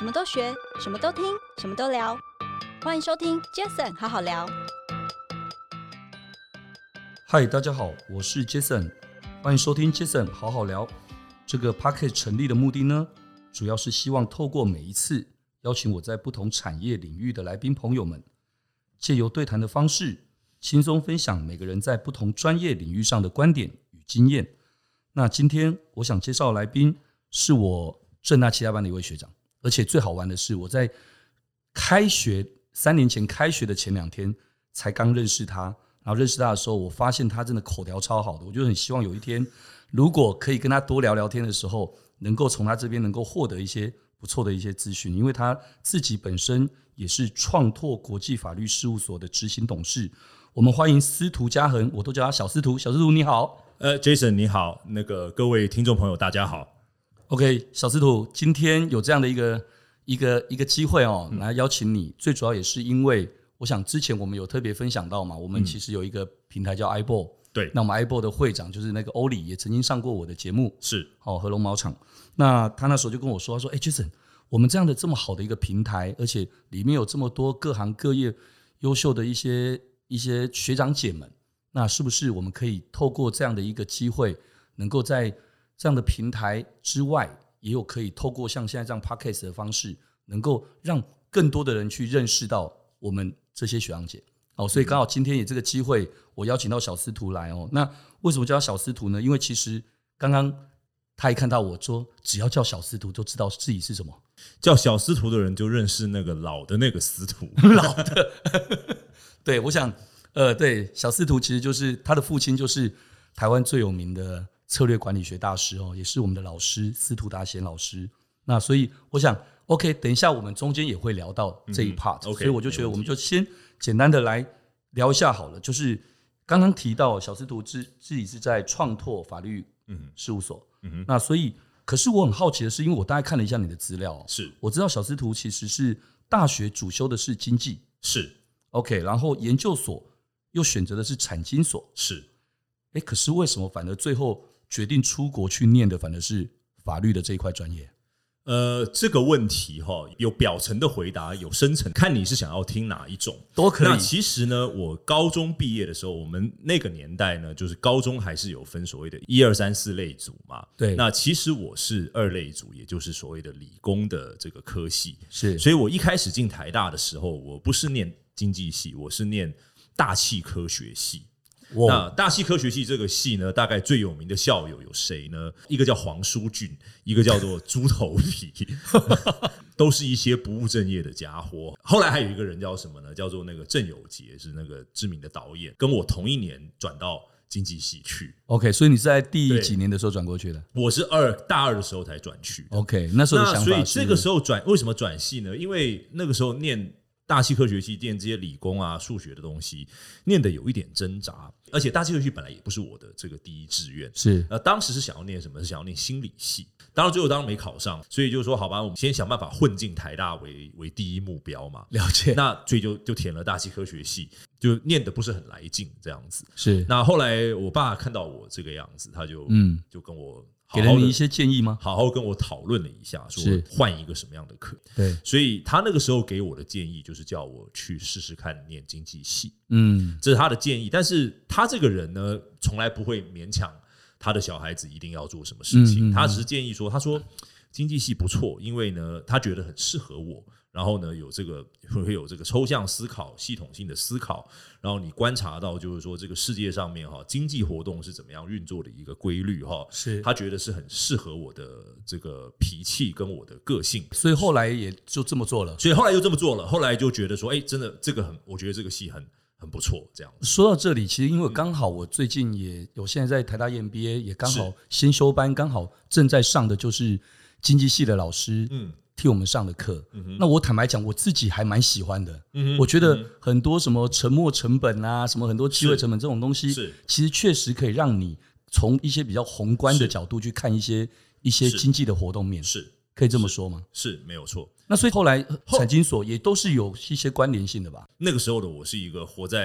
什么都学，什么都听，什么都聊。欢迎收听 Jason 好好聊。 嗨，大家好，我是 Jason， 欢迎收听 Jason 好好聊。这个 Podcast 成立的目的呢，主要是希望透过每一次邀请我在不同产业领域的来宾朋友们，借由对谈的方式，轻松分享每个人在不同专业领域上的观点与经验。那今天我想介绍的来宾是我政大其他班的一位学长，而且最好玩的是，我在开学3年前开学的前2天才刚认识他。然后认识他的时候，我发现他真的口条超好的，我就很希望有一天，如果可以跟他多聊聊天的时候，能够从他这边能够获得一些不错的一些资讯，因为他自己本身也是创拓国际法律事务所的执行董事。我们欢迎司徒嘉恒，我都叫他小司徒。小司徒你好。 Jason 你好，各位听众朋友大家好。 OK， 小司徒，今天有这样的一个机会来邀请你，最主要也是因为我想之前我们有特别分享到嘛，我们其实有一个平台叫 iBall， 对， 那我们 iBall 的会长就是那个欧里，也曾经上过我的节目， 是和龙毛场。那他那时候就跟我说，他说Jason， 我们这样的这么好的一个平台，而且里面有这么多各行各业优秀的一些学长姐们，那是不是我们可以透过这样的一个机会，能够在这样的平台之外，也有可以透过像现在这样 Podcast 的方式，能够让更多的人去认识到我们这些学长姐。所以刚好今天也这个机会，我邀请到小司徒来。那为什么叫小司徒呢？因为其实刚刚他一看到我说只要叫小司徒就知道自己是什么， 叫小司徒的人就认识那个老的那个司徒老的对，我想对，小司徒其实就是他的父亲就是台湾最有名的策略管理学大师，也是我们的老师司徒达贤老师。那所以我想 OK， 等一下我们中间也会聊到这一 part，所以我就觉得我们就先简单的来聊一下好了。就是刚刚提到小司徒自己是在创拓法律事务所，那所以可是我很好奇的是，因为我大概看了一下你的资料， 是我知道小司徒其实是大学主修的是经济， 是 OK， 然后研究所又选择的是产经所， 是可是为什么反而最后决定出国去念的反而是法律的这一块专业？ 这个问题有表层的回答，有深层，看你是想要听哪一种都可以。 那其实呢，我高中毕业的时候，我们那个年代呢，就是高中还是有分所谓的1、2、3、4类组嘛。 对。 那其实我是2类组，也就是所谓的理工的这个科系。 是。 所以我一开始进台大的时候，我不是念经济系，我是念大气科学系。那大气科学系这个系呢，大概最有名的校友有谁呢？一个叫黄书俊，一个叫做猪头皮都是一些不务正业的家伙。后来还有一个人叫什么呢？叫做那个郑有杰，是那个知名的导演，跟我同一年转到经济系去。 OK， 所以你是在第几年的时候转过去的？ 我是大二的时候才转去。 OK， 那时候的想法是， 所以这个时候为什么转系呢？因为那个时候念大气科学系，念这些理工啊数学的东西，念的有一点挣扎，而且大气科学系本来也不是我的这个第一志愿。 是当时是想要念什么？是想要念心理系。当然最后没考上，所以就说好吧，我们先想办法混进台大为第一目标嘛。 了解。 那所以就填了大气科学系，就念的不是很来劲这样子。 是。 那后来我爸看到我这个样子，他就跟我给了你一些建议吗？ 好好跟我讨论了一下，说换一个什么样的课。 对， 所以他那个时候给我的建议就是叫我去试试看念经济系。这是他的建议。但是他这个人呢，从来不会勉强他的小孩子一定要做什么事情。他只是建议说，他说经济系不错，因为呢，他觉得很适合我。然后呢，会有这个抽象思考、系统性的思考，然后你观察到就是说这个世界上面经济活动是怎么样运作的一个规律是他觉得是很适合我的这个脾气跟我的个性， 所以后来也就这么做了。 所以后来就这么做了，后来就觉得说，真的这个我觉得这个系很不错。这样说到这里，其实因为刚好我最近也有现在在台大 EMBA 也刚好先修班，刚好正在上的就是经济系的老师。替我们上的课，那我坦白讲，我自己还蛮喜欢的。我觉得很多什么沉没成本啊，什么很多机会成本这种东西，其实确实可以让你从一些比较宏观的角度去看一些经济的活动面， 是可以这么说吗？ 是没有错。 那所以后来产经所也都是有一些关联性的吧？ 那个时候的我是一个活在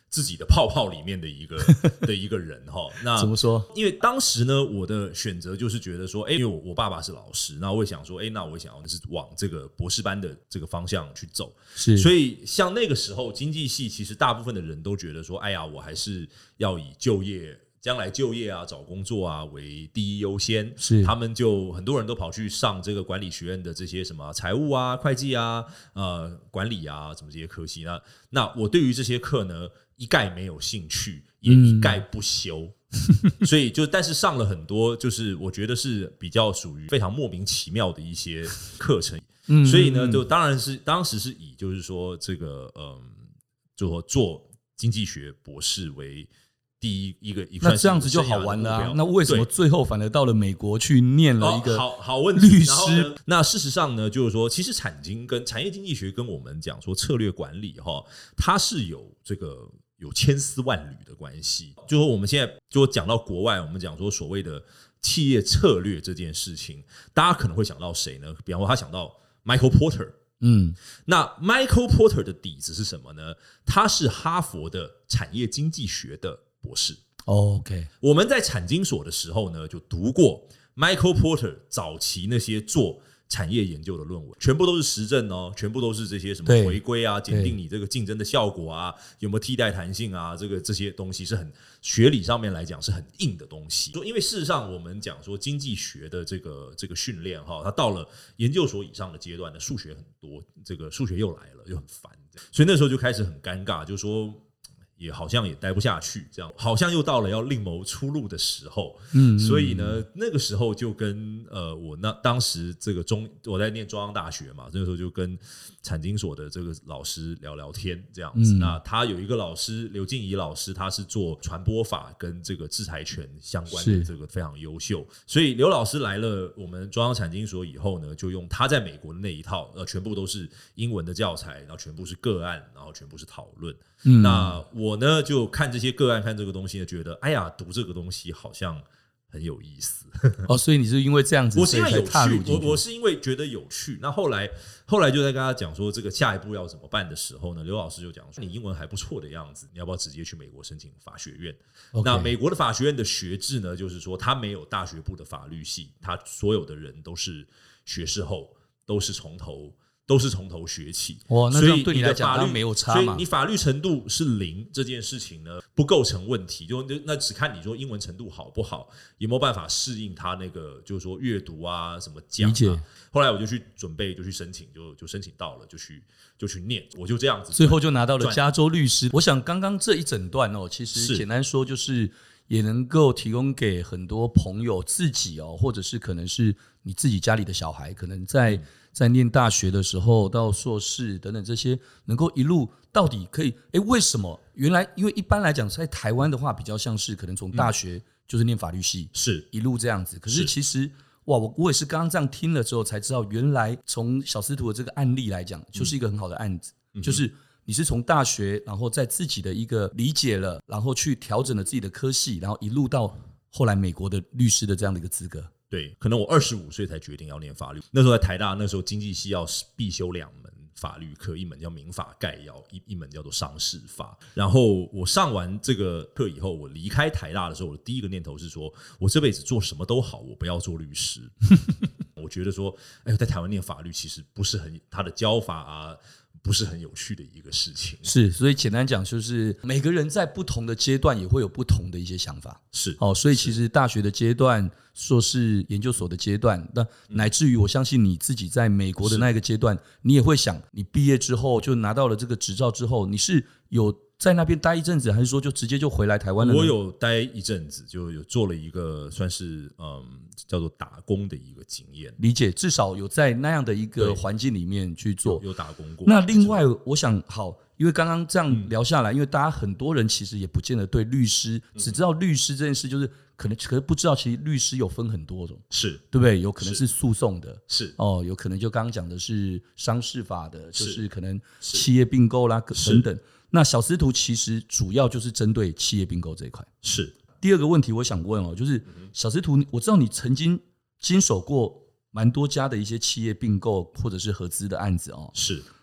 自己的泡泡里面的一个人哈。那怎么说？因为当时呢，我的选择就是觉得说，因为我爸爸是老师，那我也想说，那我也想要是往这个博士班的这个方向去走。 是， 所以像那个时候经济系，其实大部分的人都觉得说，哎呀，我还是要以将来就业啊、找工作啊为第一优先。 是， 他们就很多人都跑去上这个管理学院的这些什么财务啊、会计啊、管理啊什么这些科系。那我对于这些课呢，一概没有兴趣，也一概不修。所以但是上了很多，就是我觉得是比较属于非常莫名其妙的一些课程。所以呢，就当时是以就是说这个就说做经济学博士为第一个， 那这样子就好玩了啊！那为什么最后反而到了美国去念了一个好问题律师？ 那事实上呢，就是说，其实产业经济学跟我们讲说策略管理它是有千丝万缕的关系。就是说我们现在就讲到国外，我们讲说所谓的企业策略这件事情，大家可能会想到谁呢？比方说他想到 Michael Porter。那 Michael Porter 的底子是什么呢？他是哈佛的产业经济学的博士。 OK， 我们在产经所的时候呢，就读过 Michael Porter 早期那些做产业研究的论文，全部都是实证哦，全部都是这些什么回归啊，检定你这个竞争的效果啊，有没有替代弹性啊，这些东西是很学理上面来讲是很硬的东西。因为事实上我们讲说经济学的这个训练它到了研究所以上的阶段的数学很多，这个数学又来了，又很烦，所以那时候就开始很尴尬，就说也好像也待不下去，这样好像又到了要另谋出路的时候。所以呢，那个时候就跟我当时我在念中央大学嘛，那个时候就跟产经所的这个老师聊聊天这样子。那他有一个老师刘静怡老师，他是做传播法跟这个制裁权相关的这个非常优秀，所以刘老师来了我们中央产经所以后呢，就用他在美国的那一套，全部都是英文的教材，然后全部是个案，然后全部是讨论。那我呢就看这些个案，看这个东西呢，觉得哎呀，读这个东西好像很有意思。 所以你是因为这样子， 我是因为有趣，我是因为觉得有趣。那后来就在跟他讲说这个下一步要怎么办的时候呢，刘老师就讲说你英文还不错的样子，你要不要直接去美国申请法学院？那美国的法学院的学制呢，就是说他没有大学部的法律系，他所有的人都是学士后，都是从头学起。 那这样对你来讲当然没有差嘛。 所以你法律程度是0这件事情呢，不构成问题。那只看你说英文程度好不好，有没有办法适应他那个就是说阅读啊什么讲啊。后来我就去准备，就去申请，就申请到了，就去念，我就这样子， 最后就拿到了加州律师。我想刚刚这一整段其实简单说就是也能够提供给很多朋友自己或者是可能是你自己家里的小孩，可能在念大学的时候到硕士等等这些，能够一路到底可以为什么？原来因为一般来讲在台湾的话比较像是可能从大学就是念法律系，是一路这样子。可是其实我也是刚刚这样听了之后才知道，原来从小司徒的这个案例来讲，就是一个很好的案子，就是你是从大学，然后在自己的一个理解了，然后去调整了自己的科系，然后一路到后来美国的律师的这样的一个资格。 对，可能我25岁才决定要念法律。那时候在台大，那时候经济系要必修2门法律课，一门叫民法概要，一门叫做商事法。然后我上完这个课以后，我离开台大的时候，我的第一个念头是说，我这辈子做什么都好，我不要做律师。我觉得说，在台湾念法律其实不是他的教法啊，不是很有趣的一个事情。 是，所以简单讲就是每个人在不同的阶段也会有不同的一些想法。 是， 所以其实大学的阶段、硕士研究所的阶段，那乃至于我相信你自己在美国的那个阶段，你也会想，你毕业之后就拿到了这个执照之后，你是有在那边待一阵子，还是说就直接就回来台湾了呢？ 我有待一阵子，就有做了一个算是叫做打工的一个经验。 理解，至少有在那样的一个环境里面去做， 有打工过。 那另外我想因为刚刚这样聊下来，因为大家很多人其实也不见得对律师只知道律师这件事，就是可是不知道其实律师有分很多种， 是对不对？有可能是诉讼的， 是有可能就刚刚讲的是商事法的，就是可能企业并购啦等等。那小司徒其实主要就是针对企业并购这一块。 是。 第二个问题我想问就是小司徒，我知道你曾经经手过蛮多家的一些企业并购或者是合资的案子是。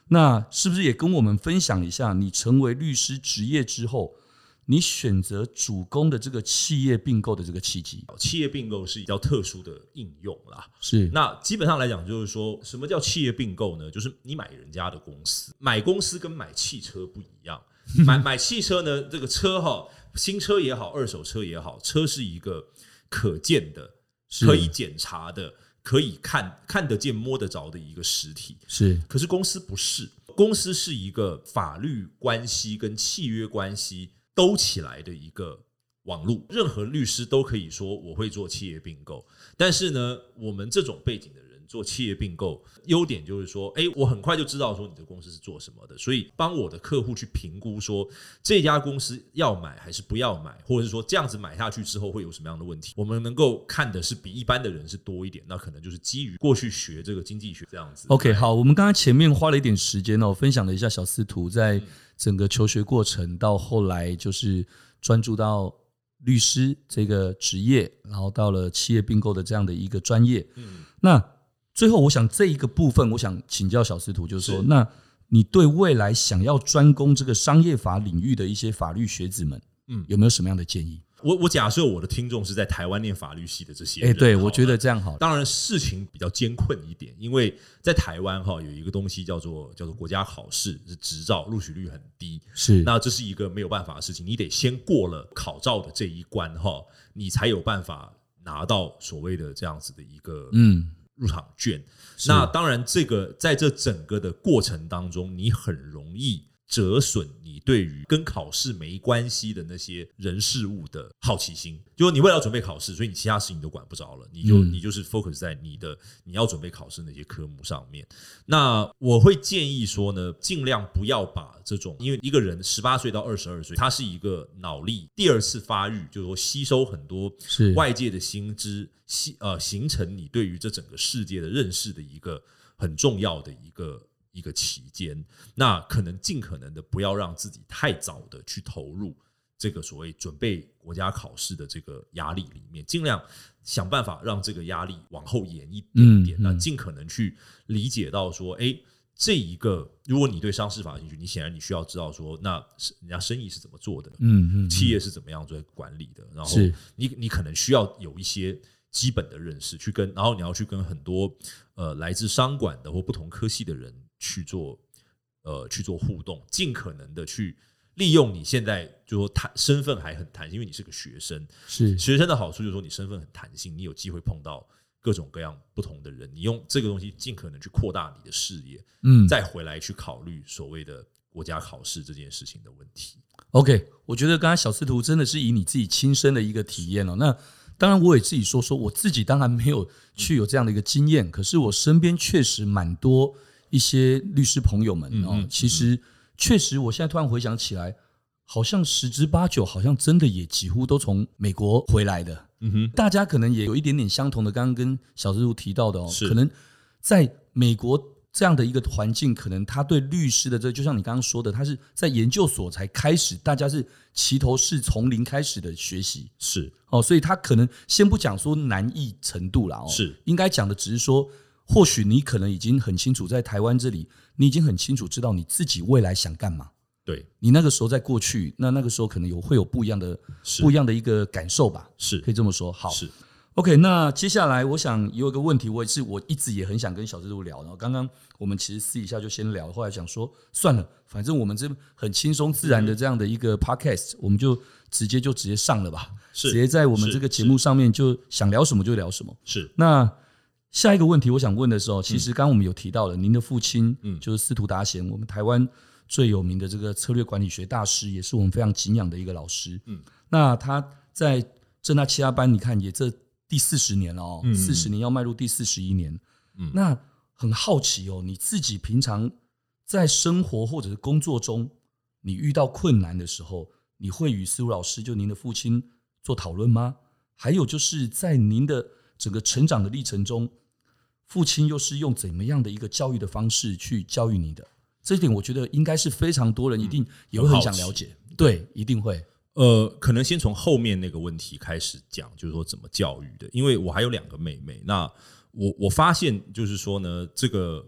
那是不是也跟我们分享一下，你成为律师职业之后，你选择主攻的这个企业并购的这个契机？ 企业并购是比较特殊的应用啦。 是， 那基本上来讲，就是说什么叫企业并购呢？就是你买人家的公司，买公司跟买汽车不一样。买汽车呢，这个车新车也好，二手车也好，车是一个可见的、可以检查的、可以看得见、摸得着的一个实体。 是， 可是公司不是，公司是一个法律关系跟契约关系兜起来的一个网路。任何律师都可以说我会做企业并购，但是呢，我们这种背景的人做企业并购，优点就是说，我很快就知道说你的公司是做什么的，所以帮我的客户去评估说这家公司要买还是不要买，或者是说这样子买下去之后会有什么样的问题，我们能够看的是比一般的人是多一点，那可能就是基于过去学这个经济学这样子。 OK， 好，我们刚才前面花了一点时间分享了一下小司徒在整个求学过程到后来就是专注到律师这个职业，然后到了企业并购的这样的一个专业。那最后我想这一个部分我想请教小司徒，就是说那你对未来想要专攻这个商业法领域的一些法律学子们有没有什么样的建议？ 我假设我的听众是在台湾念法律系的这些人， 对，我觉得这样好。 当然事情比较艰困一点，因为在台湾有一个东西叫做国家考试，是执照，录取率很低， 是， 那这是一个没有办法的事情，你得先过了考照的这一关你才有办法拿到所谓的这样子的一个入场券。那当然这个在这整个的过程当中，你很容易折损你对于跟考试没关系的那些人事物的好奇心，就是你为了要准备考试，所以你其他事情都管不着了，你就是 focus 在你要准备考试那些科目上面。那我会建议说呢，尽量不要把这种，因为一个人18岁到22岁，他是一个脑力第二次发育，就是说吸收很多外界的新知，形成你对于这整个世界的认识的一个很重要的一个期间。那可能尽可能的不要让自己太早的去投入这个所谓准备国家考试的这个压力里面，尽量想办法让这个压力往后延一点点。那尽可能去理解到说，这一个如果你对商事法有兴趣，你显然你需要知道说，那人家生意是怎么做的，企业是怎么样做管理的，然后你可能需要有一些基本的认识，然后你要去跟很多来自商管的或不同科系的人去做互动，尽可能的去利用你现在就说身份还很弹性，因为你是个学生，学生的好处就是说你身份很弹性，你有机会碰到各种各样不同的人，你用这个东西尽可能去扩大你的视野，再回来去考虑所谓的国家考试这件事情的问题。 OK， 我觉得刚才小司徒真的是以你自己亲身的一个体验那当然我也自己说我自己当然没有去有这样的一个经验，可是我身边确实蛮多一些律师朋友们其实确实我现在突然回想起来，好像10之8九好像真的也几乎都从美国回来的。大家可能也有一点点相同的，刚刚跟小司徒提到的可能在美国这样的一个环境，可能他对律师的就像你刚刚说的，他是在研究所才开始，大家是齐头式从零开始的学习，所以他可能先不讲说难易程度啦应该讲的只是说，或许你可能已经很清楚，在台湾这里你已经很清楚知道你自己未来想干嘛， 对，你那个时候在过去那个时候可能会有不一样的一个感受吧，可以这么说。好，OK， 那接下来我想有一个问题，我一直也很想跟小司徒聊，然后刚刚我们其实私底下就先聊，后来想说算了，反正我们这很轻松自然的这样的一个 podcast，我们就直接上了吧，直接在我们这个节目上面就想聊什么就聊什么。那下一个问题我想问的时候，其实刚刚我们有提到了您的父亲就是司徒达贤，我们台湾最有名的这个策略管理学大师，也是我们非常敬仰的一个老师。那他在政大7A班，你看也这第40年了40年要迈入第41年。那很好奇你自己平常在生活或者是工作中，你遇到困难的时候，你会与司徒老师就您的父亲做讨论吗？还有就是在您的整个成长的历程中，父亲又是用怎么样的一个教育的方式去教育你的？这一点我觉得应该是非常多人一定也会很想了解。对，一定会。 可能先从后面那个问题开始讲，就是说怎么教育的。因为我还有2个妹妹，那我发现就是说呢，这个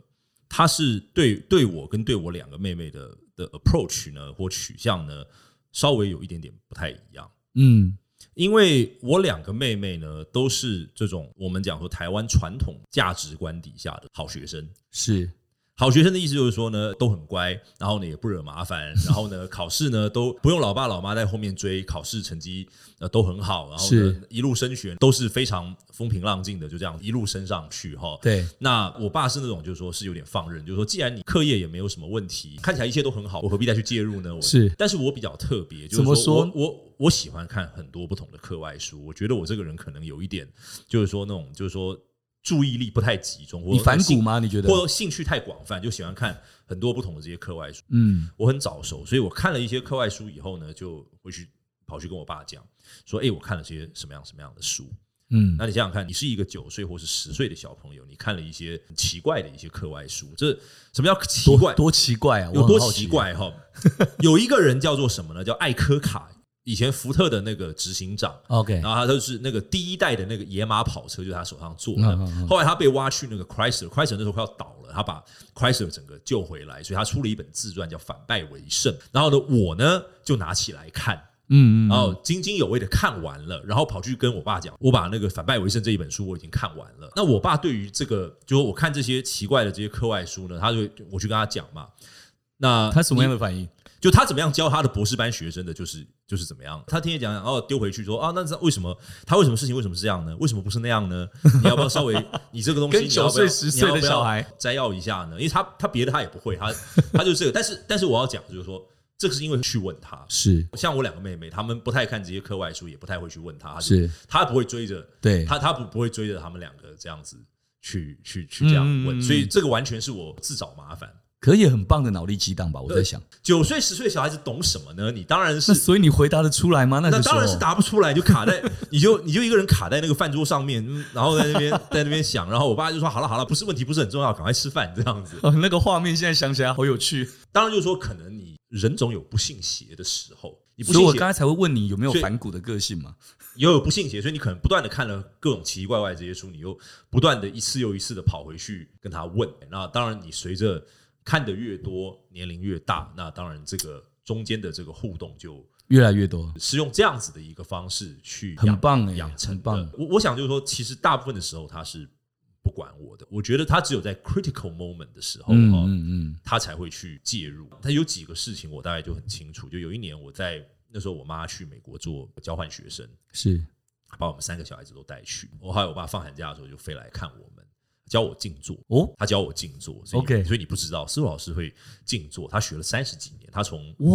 他是对我跟对我2个妹妹的 approach 呢或取向呢稍微有一点点不太一样。因为我2个妹妹呢都是这种我们讲说台湾传统价值观底下的好学生。 是好学生的意思就是说呢，都很乖，然后呢也不惹麻烦，然后呢考试呢都不用老爸老妈在后面追，考试成绩都很好，然后呢一路升学都是非常风平浪静的，就这样一路升上去哈。 对， 那我爸是那种就是说是有点放任，就是说既然你课业也没有什么问题，看起来一切都很好，我何必再去介入呢？ 是， 但是我比较特别，就是说我喜欢看很多不同的课外书，我觉得我这个人可能有一点就是说那种就是说。注意力不太集中， 你反骨吗？你觉得？ 或者兴趣太广泛，就喜欢看很多不同的这些课外书。我很早熟，所以我看了一些课外书以后呢，就跑去跟我爸讲说：“我看了些什么样的书。”那你想想看，你是一个9岁或是10岁的小朋友，你看了一些很奇怪的一些课外书，这什么叫奇怪？ 多奇怪啊！ 有多奇怪哈？有一个人叫做什么呢？叫艾科卡。以前福特的那个执行长 ，OK， 然后他就是那个第1代的那个野马跑车，就是他手上做的。后来他被挖去那个 Chrysler 那时候快要倒了，他把 Chrysler 整个救回来，所以他出了一本自传叫《反败为胜》。然后呢，我呢就拿起来看，然后津津有味的看完了，然后跑去跟我爸讲，我把那个《反败为胜》这一本书我已经看完了。那我爸对于这个，就是我看这些奇怪的这些课外书呢，我去跟他讲嘛，那他什么样的反应？ 就他怎么样教他的博士班学生的，就是怎么样。他听讲丢回去说那为什么事情为什么是这样呢？为什么不是那样呢？你要不要稍微你这个东西跟9岁10岁的小孩摘要一下呢？因为他别的他也不会，他就是这个。但是我要讲就是说，这个是因为去问他。 是像我2个妹妹，她们不太看这些课外书，也不太会去问他。 是他不会追着， 对， 他不会追着他们2个这样子去这样问，所以这个完全是我自找麻烦。 可也很棒的脑力激荡吧，我在想 ，9岁10岁的小孩子懂什么呢？你当然是， 那所以你回答得出来吗？那当然是答不出来，就卡在你就一个人卡在那个饭桌上面，然后在那边想，然后我爸就说好了，不是问题，不是很重要，赶快吃饭这样子。 那个画面现在想起来好有趣。 当然就是说，可能你人总有不信邪的时候， 所以我刚才才会问你有没有反骨的个性嘛？ 也有不信邪，所以你可能不断的看了各种奇奇怪怪这些书，你又不断的一次又一次的跑回去跟他问。那当然，你随着看得越多，年龄越大，那当然这个中间的这个互动就越来越多， 是用这样子的一个方式去很棒养成的。 很棒。 我想就是说，其实大部分的时候他是不管我的，我觉得他只有在 critical moment 的时候，他才会去介入。他有几个事情我大概就很清楚。就有一年那时候我妈去美国做交换学生， 是把我们3个小孩子都带去。还有我爸放寒假的时候就飞来看我们。教我静坐他教我静坐，所以你不知道，思路老师会静坐，他学了30几年，他学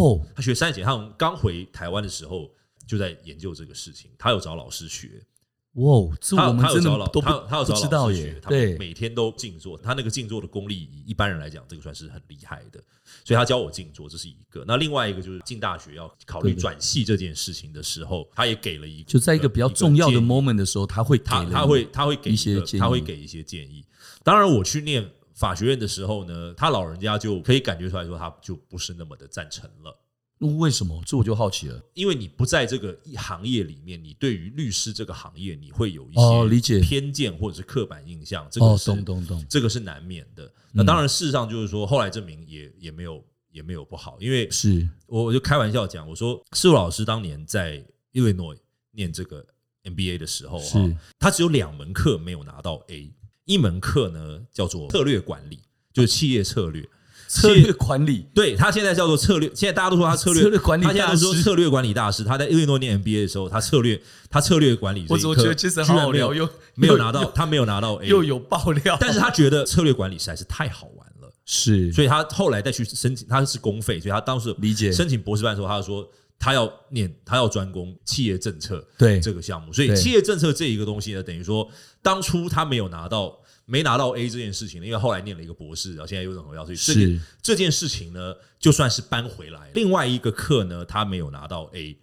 30几年，他从刚回台湾的时候就在研究这个事情，他有找老师学。 这我们真的都他有找知道耶， 他每天都静坐，他那个静坐的功力，以一般人来讲，这个算是很厉害的，所以他教我静坐，这是一个。那另外一个就是进大学要考虑转系这件事情的时候，他也给了一个， 就在一个比较重要的 moment 的时候，他会给一些建议。当然，我去念法学院的时候呢，他老人家就可以感觉出来说，他就不是那么的赞成了。 为什么？这我就好奇了。 因为你不在这个行业里面，你对于律师这个行业，你会有一些偏见或者是刻板印象，这个是这个是难免的。那当然，事实上就是说，后来证明也没有不好，因为我就开玩笑讲，我说世路老师当年在 Illinois 念这个 MBA 的时候，他只有2门课没有拿到 A， 一门课呢叫做策略管理，就是企业策略。 策略管理， 对，他现在叫做策略，现在大家都说他策略管理大师， 他现在都说策略管理大师。他在Illinois念 MBA 的时候，他策略管理这一科， 我觉得其实好好聊， 没有拿到 A， 又有爆料， 但是他觉得策略管理实在是太好玩了，所以他后来再去申请，他是公费，所以他当时理解申请博士班的时候，他就说他要专攻企业政策这个项目，所以企业政策这一个东西呢，等于说当初他没拿到 A 这件事情，因为后来念了一个博士，然后现在又任何要，所以这件事情呢，就算是搬回来。另外一个课呢，他没有拿到 A，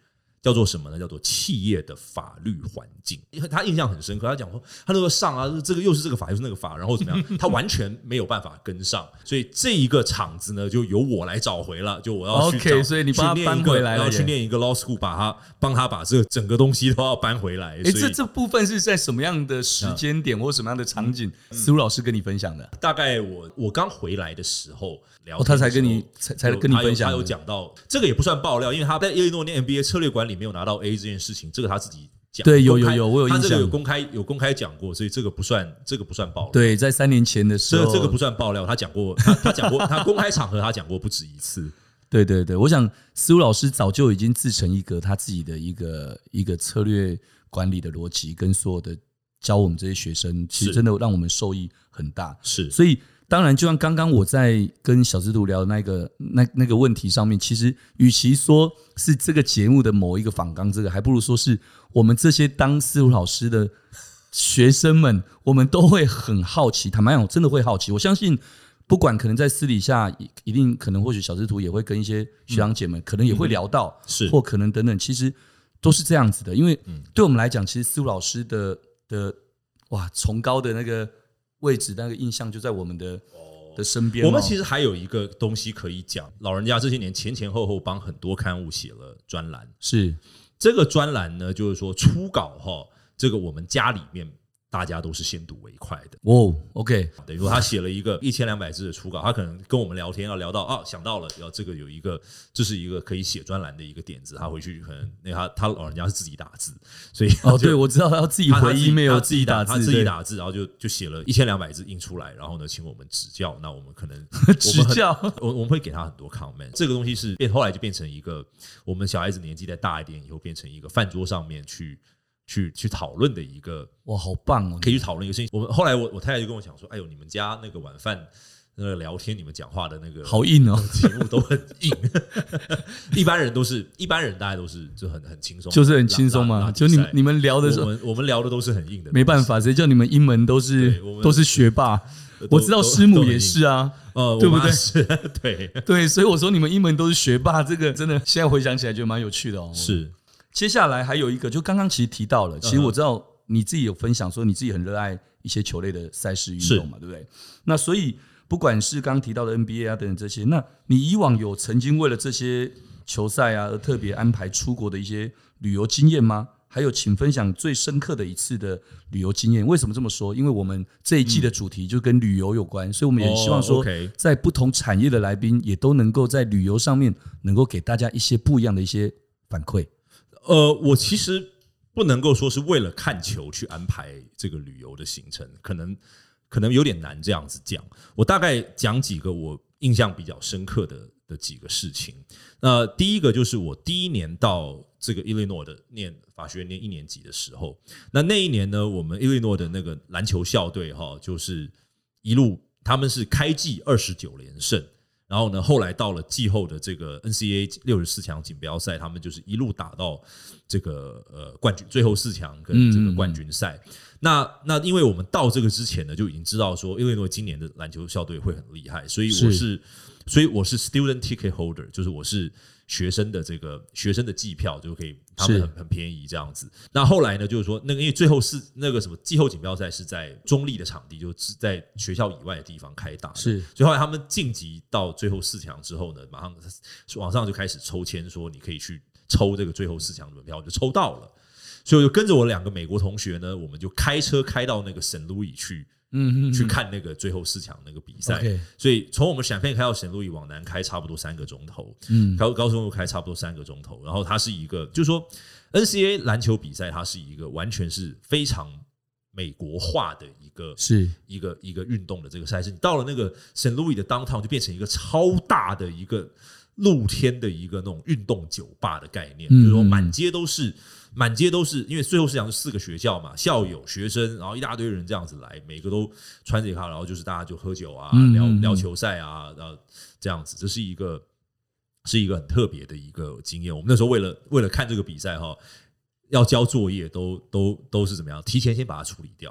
叫做什么呢？叫做企业的法律环境。他印象很深刻，他讲说他那个上啊，这个又是这个法又是那个法，然后怎么样，他完全没有办法跟上，所以这一个场子呢就由我来找回了，就我要去 OK， 所以你帮他搬回来了， 要去念一个 law school， 帮他把这整个东西都要搬回来。 这部分是在什么样的时间点或什么样的场景，思如老师跟你分享的？ 大概我刚回来的时候聊天的时候， 他才跟你分享， 他有讲到这个也不算爆料，因为他在耶利诺念 MBA 策略管理没有拿到 A 这件事情，这个他自己讲。 对，有，我有印象， 他这个有公开讲过，所以这个不算爆料。 对，在3年前的时候， 这个不算爆料，他讲过，他讲过，他公开场合他讲过不止一次。 对，我想思如老师早就已经自成一格他自己的一个策略管理的逻辑，跟所有的教我们这些学生，其实真的让我们受益很大。 是， 所以当然，就像刚刚我在跟小制图聊的那个问题上面，其实与其说是这个节目的某一个访纲，还不如说是我们这些当思如老师的学生们，我们都会很好奇。坦白讲，我真的会好奇。我相信，不管可能在私底下，一定可能或许小制图也会跟一些学长姐们，可能也会聊到， 是或可能等等，其实都是这样子的。因为对我们来讲，其实思如老师的崇高的那个位置，那个印象就在我们的身边。 我们其实还有一个东西可以讲，老人家这些年前后帮很多刊物写了专栏。 是这个专栏呢，就是说初稿这个我们家里面大家都是先睹为快的。 OK， 等于说他写了一个1200字的初稿，他可能跟我们聊天要聊到想到了，这个这是一个可以写专栏的一个点子，他回去可能他老人家是自己打字，所以对，我知道他要自己回 email， 自己打字， 他自己打字，然后就写了1200字印出来，然后呢，请我们指教。那我们可能指教， 我们会给他很多 comment。这个东西是后来就变成一个我们小孩子年纪再大一点以后，变成一个饭桌上面去讨论的一个， 哇，好棒哦！ 可以去讨论一个事情。后来我太太就跟我讲说：“哎呦，你们家那个晚饭那个聊天，你们讲话的那个好硬哦， 题目都很硬。一般人大概都是就很轻松， 就是很轻松嘛。就你们聊的时候， 我们聊的都是很硬的， 没办法，谁叫你们英文都是学霸？我知道师母也是啊，对不对？对，所以我说你们英文都是学霸，这个真的现在回想起来觉得蛮有趣的哦。 是。 接下来还有一个，就刚刚其实提到了，其实我知道你自己有分享说你自己很热爱一些球类的赛事运动嘛，对不对？那所以不管是刚刚提到的 NBA 啊等等这些，那你以往有曾经为了这些球赛啊而特别安排出国的一些旅游经验吗？还有请分享最深刻的一次的旅游经验。为什么这么说？因为我们这一季的主题就跟旅游有关，所以我们也希望说在不同产业的来宾也都能够在旅游上面能够给大家一些不一样的一些反馈。 我其实不能够说是为了看球去安排这个旅游的行程，可能有点难这样子讲。我大概讲几个我印象比较深刻的几个事情。第一个就是我第一年到这个 Illinois 的念法学院念1年级的时候，那一年呢，我们 Illinois 的那个篮球校队就是一路他们是开季29连胜。然后呢，后来到了季后的这个 NCAA 64强锦标赛，他们就是一路打到这个冠军最后4强跟这个冠军赛。那因为我们到这个之前呢，就已经知道说，因为今年的篮球校队会很厉害，所以我是 student ticket holder， 就是我是学生的季票就可以，他们很便宜这样子。那后来呢，就是说因为最后是那个什么季后锦标赛是在中立的场地，就是在学校以外的地方开打的，所以后来他们晋级到最后4强之后呢，马上网上就开始抽签，说你可以去抽这个最后4强的门票，我就抽到了，所以我就跟着我2个美国同学呢，我们就开车开到那个圣路易去看那个最后4强那个比赛。所以从我们闪片开到圣路易往南开差不多3个钟头，高速公路开差不多3个钟头。然后它是一个，就是说 NCAA 篮球比赛，它是一个完全是非常美国化的一个运动的这个赛事。你到了那个圣路易的 downtown 就变成一个超大的一个露天的一个那种运动酒吧的概念，就是说满街都是，因为最后4强是4个学校嘛，校友、学生，然后一大堆人这样子来，每个都穿着一套，然后就是大家就喝酒啊，聊球赛啊，然后这样子，这是一个很特别的一个经验。我们那时候为了看这个比赛要交作业，都是怎么样，提前先把它处理掉。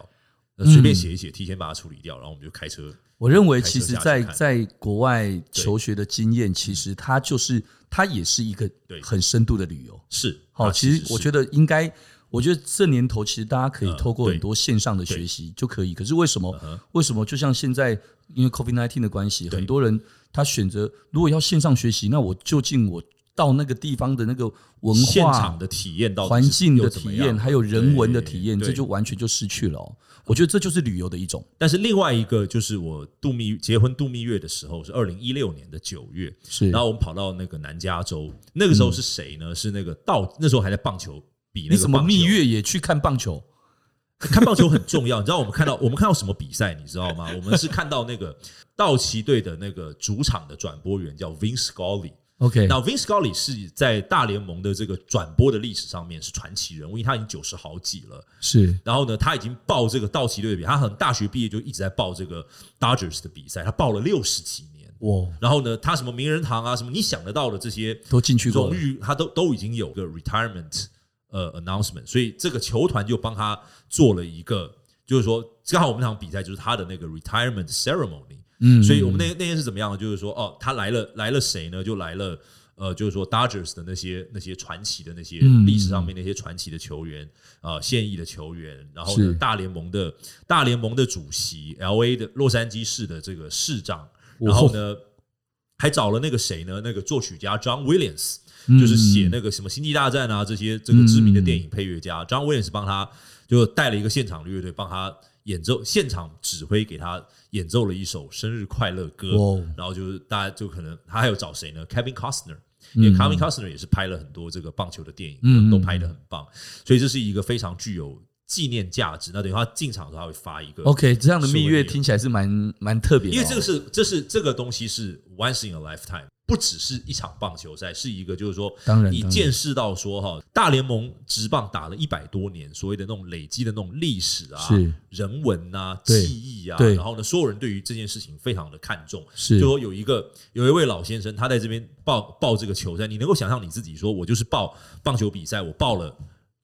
随便写一写，提前把它处理掉，然后我们就开车。 我认为其实在国外求学的经验，其实它也是一个很深度的旅游。 是， 好，其实我觉得我觉得这年头其实大家可以透过很多线上的学习就可以。可是为什么就像现在因为 COVID-19 的关系，很多人他选择如果要线上学习，那我究竟我到那个地方的那个文化、 现场的体验、 环境的体验，还有人文的体验，这就完全就失去了我觉得这就是旅游的一种。 但是另外一个就是我结婚度蜜月的时候是2016年的9月，然后我们跑到那个南加州，那个时候是谁呢？是那个那时候还在棒球比那个棒球。你怎么蜜月也去看棒球？ 看棒球很重要，你知道我们看到什么比赛？你知道吗？我们是看到那个道奇队的那个主场的转播员叫 Vin Scully。OK， 那 Vin Scully 是在大联盟的这个转播的历史上面是传奇人物，因为他已经90好几了。 是， 然后呢，他已经报这个道奇队的比赛，他很大学毕业就一直在报这个 Dodgers 的比赛，他报了60几年。哇！然后呢，他什么名人堂啊，什么你想得到的这些都进去过荣誉，他都已经有个 retirement announcement， 所以这个球团就帮他做了一个，就是说刚好我们那场比赛就是他的那个 retirement ceremony。所以我们那天是怎么样呢？就是说，他来了谁呢？就来了，就是说 Dodgers 的那些传奇的那些历史上面那些传奇的球员，现役的球员，然后呢，大联盟的主席 ，LA 的洛杉矶市的这个市长，然后呢，还找了那个谁呢？那个作曲家 John Williams，就是写那个什么《星际大战》啊这个知名的电影配乐家 John Williams 帮他就带了一个现场乐队帮他演奏，现场指挥给他演奏了一首生日快乐歌，然后就是大家就可能他还有找谁呢 ？Kevin Costner， 因为 Kevin Costner 也是拍了很多这个棒球的电影，都拍得很棒，所以这是一个非常具有纪念价值。那等于他进场的时候他会发一个 OK， 这样的蜜月听起来是蛮特别的， 因为这个东西是 once in a lifetime。不只是一场棒球赛，是一个就是说，你见识到说大联盟职棒打了100多年，所谓的那种累积的那种历史啊、人文啊、记忆啊，然后呢，所有人对于这件事情非常的看重。就说有一位老先生，他在这边报这个球赛，你能够想象你自己说，我就是报棒球比赛，我报了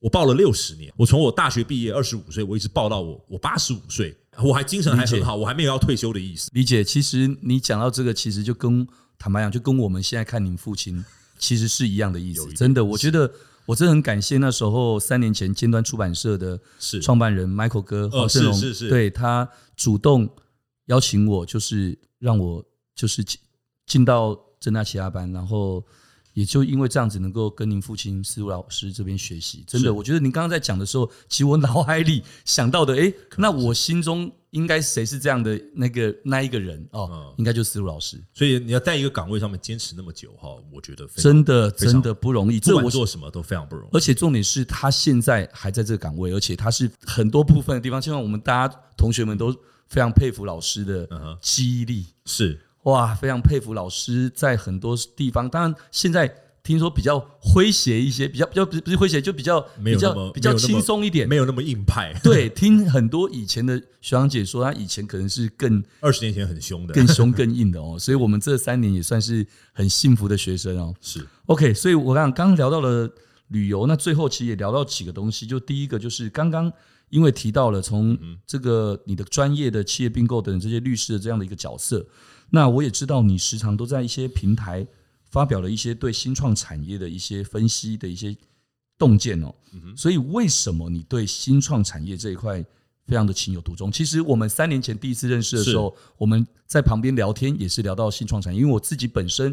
60年，我从我大学毕业25岁，我一直报到我85岁，我还精神还很好，我还没有要退休的意思。 理解，其实你讲到这个，其实坦白讲，就跟我们现在看您父亲其实是一样的意思。真的，我觉得我真的很感谢那时候3年前尖端出版社的创办人 Michael 哥黄胜荣，对他主动邀请我，就是让我就是进到政大其他班，然后也就因为这样子能够跟您父亲思如老师这边学习。真的，我觉得您刚刚在讲的时候，其实我脑海里想到的，那我心中应该谁是这样的那一个人应该就是思如老师。 所以你要在一个岗位上面坚持那么久我觉得真的不容易， 不管做什么都非常不容易。 而且重点是他现在还在这个岗位，而且他是很多部分的地方，就像我们大家同学们都非常佩服老师的记忆力， 是哇，非常佩服老师在很多地方。当然现在听说比较诙谐一些，比较不是诙谐，就比较轻松一点， 没有那么硬派。 对，听很多以前的学长姐说，他以前可能是更 20年前很凶的， 更凶更硬的所以我们这3年也算是很幸福的学生是 OK， 所以我刚刚聊到了旅游，那最后其实也聊到几个东西，就第一个就是刚刚因为提到了从这个你的专业的企业并购等这些律师的这样的一个角色，那我也知道你时常都在一些平台发表了一些对新创产业的一些分析的一些洞见所以为什么你对新创产业这一块非常的情有独钟？其实我们3年前第一次认识的时候，我们在旁边聊天也是聊到新创产业，因为我自己本身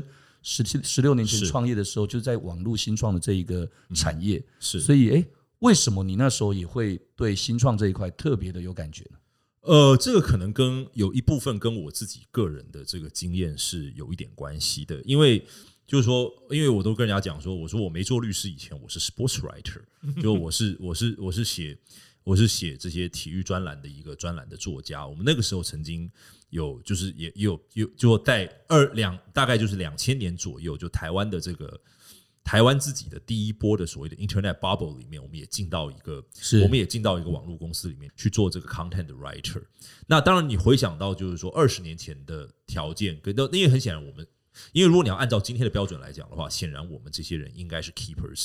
16年前创业的时候就在网络新创的这一个产业，所以为什么你那时候也会对新创这一块特别的有感觉呢？ 这个可能有一部分跟我自己个人的这个经验是有一点关系的，因为就是说，因为我都跟人家讲说，我说我没做律师以前，我是 sports writer， 就我是写这些体育专栏的一个专栏的作家。我们那个时候曾经就是也有就在大概就是2000年左右，就台湾自己的第一波的所谓的 Internet Bubble 里面，我们也进到一个网络公司里面去做这个 content writer。那当然，你回想到就是说20年前的条件，因为很显然因为如果你要按照今天的标准来讲的话，显然我们这些人应该是 key person，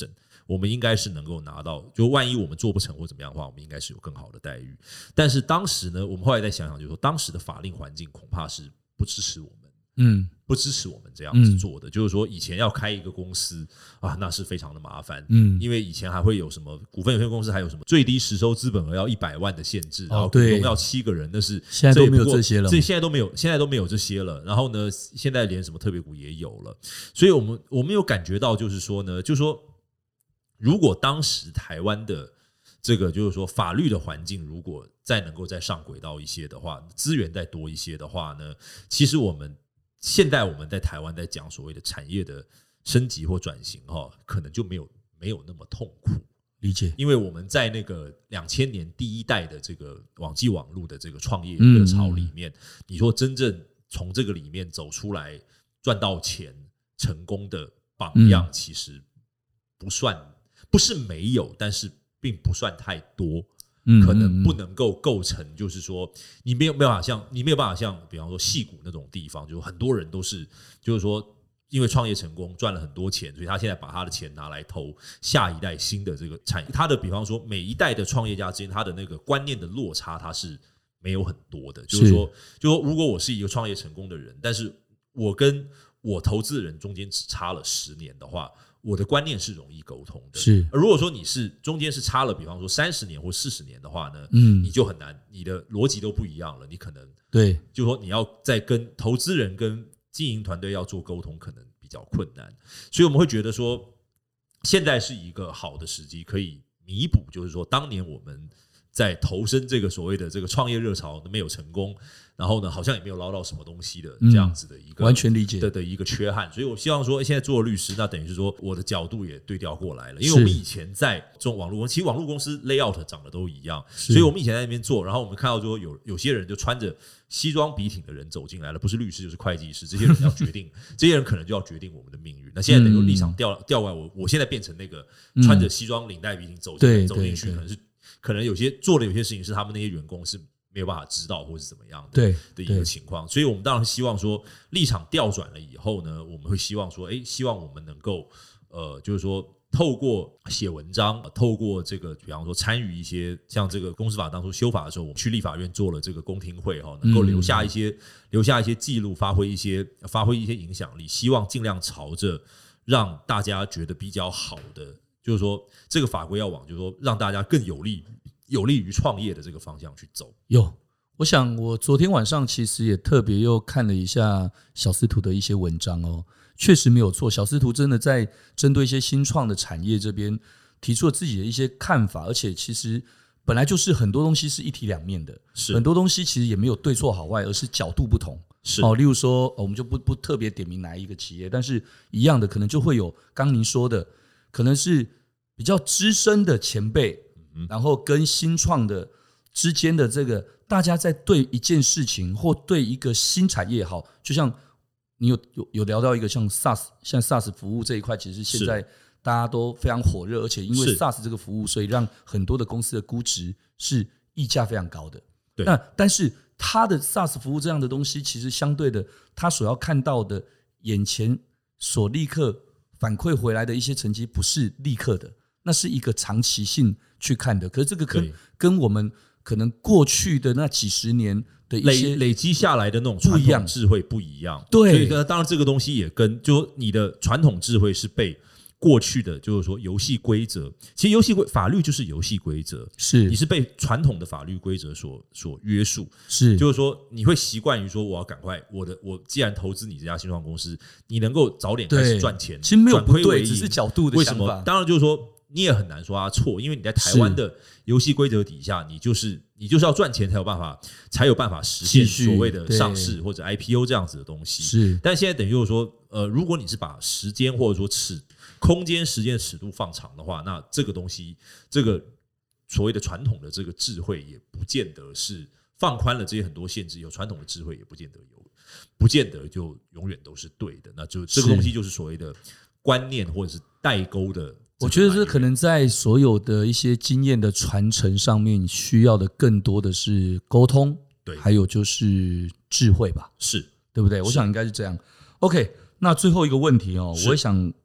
我们应该是能够拿到，就万一我们做不成或怎么样的话，我们应该是有更好的待遇。但是当时呢，我们后来再想想，就是说当时的法令环境恐怕是不支持我们，不支持我们这样子做的。就是说以前要开一个公司啊，那是非常的麻烦，因为以前还会有什么股份有限公司，还有什么最低实收资本额要100万的限制，然后股东要7个人，那是现在都没有这些了， 现在都没有这些了。然后呢，现在连什么特别股也有了，所以我们有感觉到，就是说呢，就是说如果当时台湾的这个就是说法律的环境如果能够再上轨道一些的话，资源再多一些的话呢，其实现在我们在台湾在讲所谓的产业的升级或转型可能就没有那么痛苦。 理解， 因为我们在那个2000年第一代的这个网际网络的这个创业热潮里面，你说真正从这个里面走出来赚到钱成功的榜样，其实不是没有，但是并不算太多。可能不能够构成，就是说你没有办法像比方说矽谷那种地方，就很多人都是就是说因为创业成功赚了很多钱，所以他现在把他的钱拿来投下一代新的这个产业。他的比方说每一代的创业家之间，他的那个观念的落差，他是没有很多的。就是说如果我是一个创业成功的人，但是我跟我投资的人中间只差了10年的话，我的观念是容易沟通的。 是， 而如果说你是中间是差了，比方说30年或40年的话呢，你就很难，你的逻辑都不一样了，你可能对，就说你要在跟投资人跟经营团队要做沟通，可能比较困难。所以我们会觉得说，现在是一个好的时机，可以弥补，就是说当年我们在投身这个所谓的这个创业热潮没有成功，然后呢好像也没有捞到什么东西的这样子的一个完全理解的一个缺憾。所以我希望说现在做了律师，那等于是说我的角度也对调过来了。因为我们以前在这种网络，其实网络公司 layout 长得都一样，所以我们以前在那边做，然后我们看到说有些人就穿着西装笔挺的人走进来了，不是律师就是会计师，这些人要决定这些人可能就要决定我们的命运。那现在等于立场调过来，我现在变成那个穿着西装领带笔挺走进去，可能有些做的有些事情是他们那些员工是没有办法知道或是怎么样的一个情况。所以我们当然希望说立场调转了以后呢，我们会希望说希望我们能够就是说透过写文章，透过这个比方说参与一些像这个公司法当初修法的时候，我们去立法院做了这个公听会，能够留下一些记录，发挥一些影响力，希望尽量朝着让大家觉得比较好的，就是说这个法规要往就是说让大家更有利于创业的这个方向去走。 我想我昨天晚上其实也特别又看了一下小司徒的一些文章确实没有错，小司徒真的在针对一些新创的产业这边提出了自己的一些看法，而且其实本来就是很多东西是一体两面的，很多东西其实也没有对错好坏，而是角度不同。例如说我们就不特别点名哪一个企业，但是一样的可能就会有刚您说的，可能是比较资深的前辈，然后跟新创的之间的这个大家在对一件事情或对一个新产业好，就像你有聊到一个像 SaaS， 像 SaaS 服务这一块，其实现在大家都非常火热，而且因为 SaaS 这个服务，所以让很多的公司的估值是溢价非常高的。那但是它的 SaaS 服务这样的东西，其实相对的，它所要看到的眼前所立刻反馈回来的一些成绩，不是立刻的，那是一个长期性去看的。可是这个跟我们可能过去的那几十年的一些累积下来的那种传统智慧不一样。 对， 所以当然这个东西也跟就你的传统智慧是被过去的就是说游戏规则，其实法律就是游戏规则，你是被传统的法律规则所约束，就是说你会习惯于说我要赶快我既然投资你这家新创公司，你能够早点开始赚钱， 其实没有不对，只是角度的想法。 为什么？当然就是说你也很难说他错，因为你在台湾的游戏规则底下，你就是要赚钱才有办法实现所谓的上市或者 IPO 这样子的东西。但现在等于就是说如果你是把时间或者说空间时间的尺度放长的话，那这个东西这个所谓的传统的这个智慧也不见得是放宽了这些很多限制，有传统的智慧也不见得就永远都是对的。那就这个东西就是所谓的观念或者是代沟的。 我觉得这可能在所有的一些经验的传承上面，需要的更多的是沟通，对，还有就是智慧吧， 是对不对？我想应该是这样。OK， 那最后一个问题我也想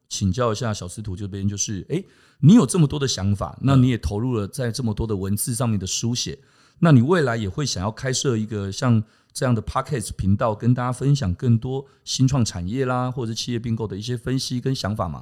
请教一下小司徒这边，就是你有这么多的想法，那你也投入了在这么多的文字上面的书写，那你未来也会想要开设一个像这样的 Podcast 频道，跟大家分享更多新创产业啦，或者是企业并购的一些分析跟想法吗？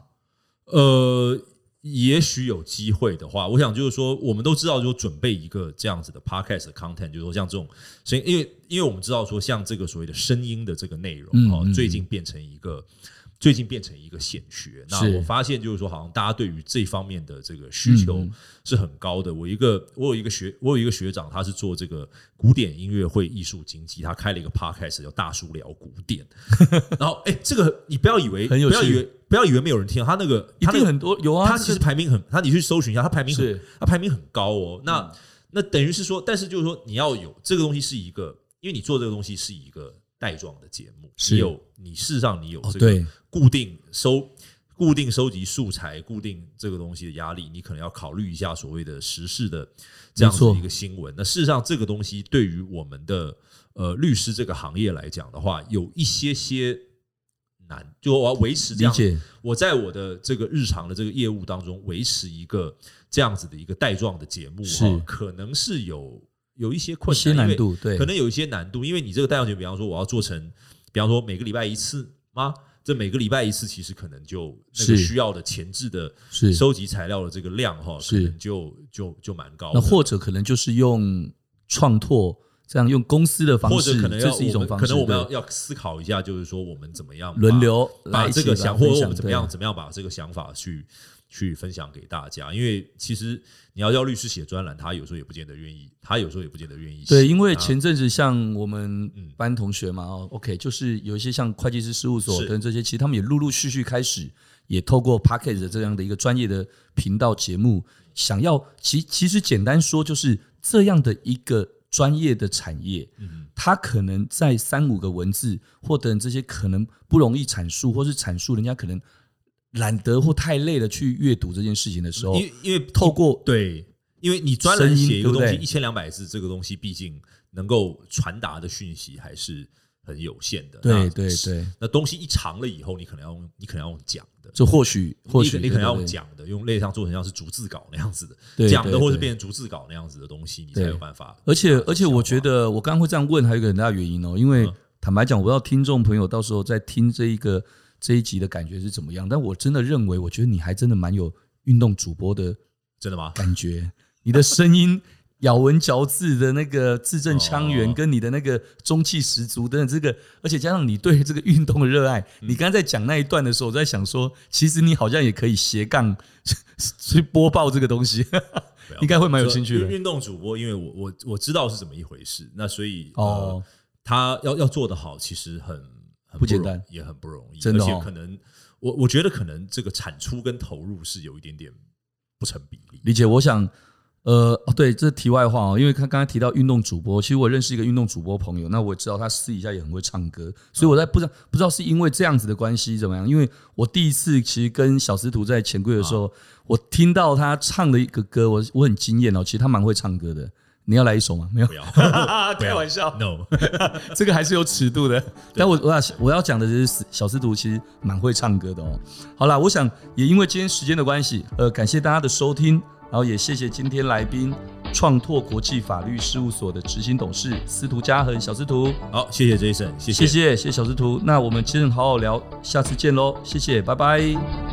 也许有机会的话，我想就是说，我们都知道，就准备一个这样子的 podcast 的 content， 就是说像这种声音，因为我们知道说，像这个所谓的声音的这个内容，最近变成一个显学。那我发现就是说，好像大家对于这方面的这个需求是很高的。我有一个学长，他是做这个古典音乐会艺术经济，他开了一个 podcast 叫大叔聊古典。然后这个你不要以为不要以为没有人听，他那个一定很多有啊， 他其实排名很，你去搜寻一下，他排名很高哦。那等于是说，但是就是说，你要有这个东西是一个，因为你做这个东西是一个带状的节目，你事实上你有这个固定收集素材、固定这个东西的压力，你可能要考虑一下所谓的时事的这样子的一个新闻。那事实上，这个东西对于我们的律师这个行业来讲的话，有一些难，就我要维持这样，我在我的这个日常的这个业务当中维持一个这样子的一个带状的节目，可能是有一些困难， 难度，对， 可能有一些难度，因为你这个带状节目，比方说我要做成，比方说每个礼拜一次吗？这每个礼拜一次，其实可能就那个需要的前置的收集材料的这个量可能就蛮高的。 那或者可能就是用创拓。这样用公司的方式， 或者可能这是一种方式， 可能我们要思考一下，就是说我们怎么样轮流把这个想，或者我们怎么样把这个想法去分享给大家。因为其实你要律师写专栏，他有时候也不见得愿意，写。 对，因为前阵子像我们班同学嘛，OK， 就是有一些像会计师事务所等这些，其实他们也陆陆续续开始也透过 Podcast 这样的一个专业的频道节目，想要其实简单说就是这样的一个。专业的产业，它可能在3-5个文字或等这些可能不容易阐述，或是阐述人家可能懒得或太累了去阅读这件事情的时候， 因为透过对，因为你专栏写一个东西1200字，这个东西毕竟能够传达的讯息还是很有限的。 对， 那东西一长了以后，你可能要用讲的， 就或许你可能要用讲的，用类似做成像是逐字稿那样子的讲的，或是变成逐字稿那样子的东西，你才有办法。 而且我觉得我刚刚会这样问，还有一个很大的原因因为坦白讲，我不知道听众朋友到时候在听这一集的感觉是怎么样，但我真的认为，我觉得你还真的蛮有运动主播的， 真的吗？ 感觉你的声音。咬文嚼字的那个字正腔圆，跟你的那个中气十足等等，这个，而且加上你对这个运动的热爱，你刚才在讲那一段的时候，我在想说，其实你好像也可以斜杠去播报这个东西，应该会蛮有兴趣的。 运动主播，因为我知道是怎么一回事，那所以他要做得好，其实很不简单， 也很不容易， 真的。 而且可能我觉得可能这个产出跟投入是有一点点不成比例。 理解，我想。对，这是题外话因为他刚才提到运动主播，其实我认识一个运动主播朋友，那我知道他私底下也很会唱歌，所以我在不知道是因为这样子的关系怎么样，因为我第一次其实跟小司徒在钱柜的时候，我听到他唱的一个歌，我很惊艳其实他蛮会唱歌的。你要来一首吗？没有， 不要开玩笑 ，No， 这个还是有尺度的。但我要讲的就是小司徒其实蛮会唱歌的好啦，我想也因为今天时间的关系，感谢大家的收听。然后也谢谢今天来宾，创拓国际法律事务所的执行董事司徒嘉恒，小司徒。 好，谢谢 Jason， 谢谢小司徒。那我们Jason好好聊，下次见喽，谢谢，拜拜。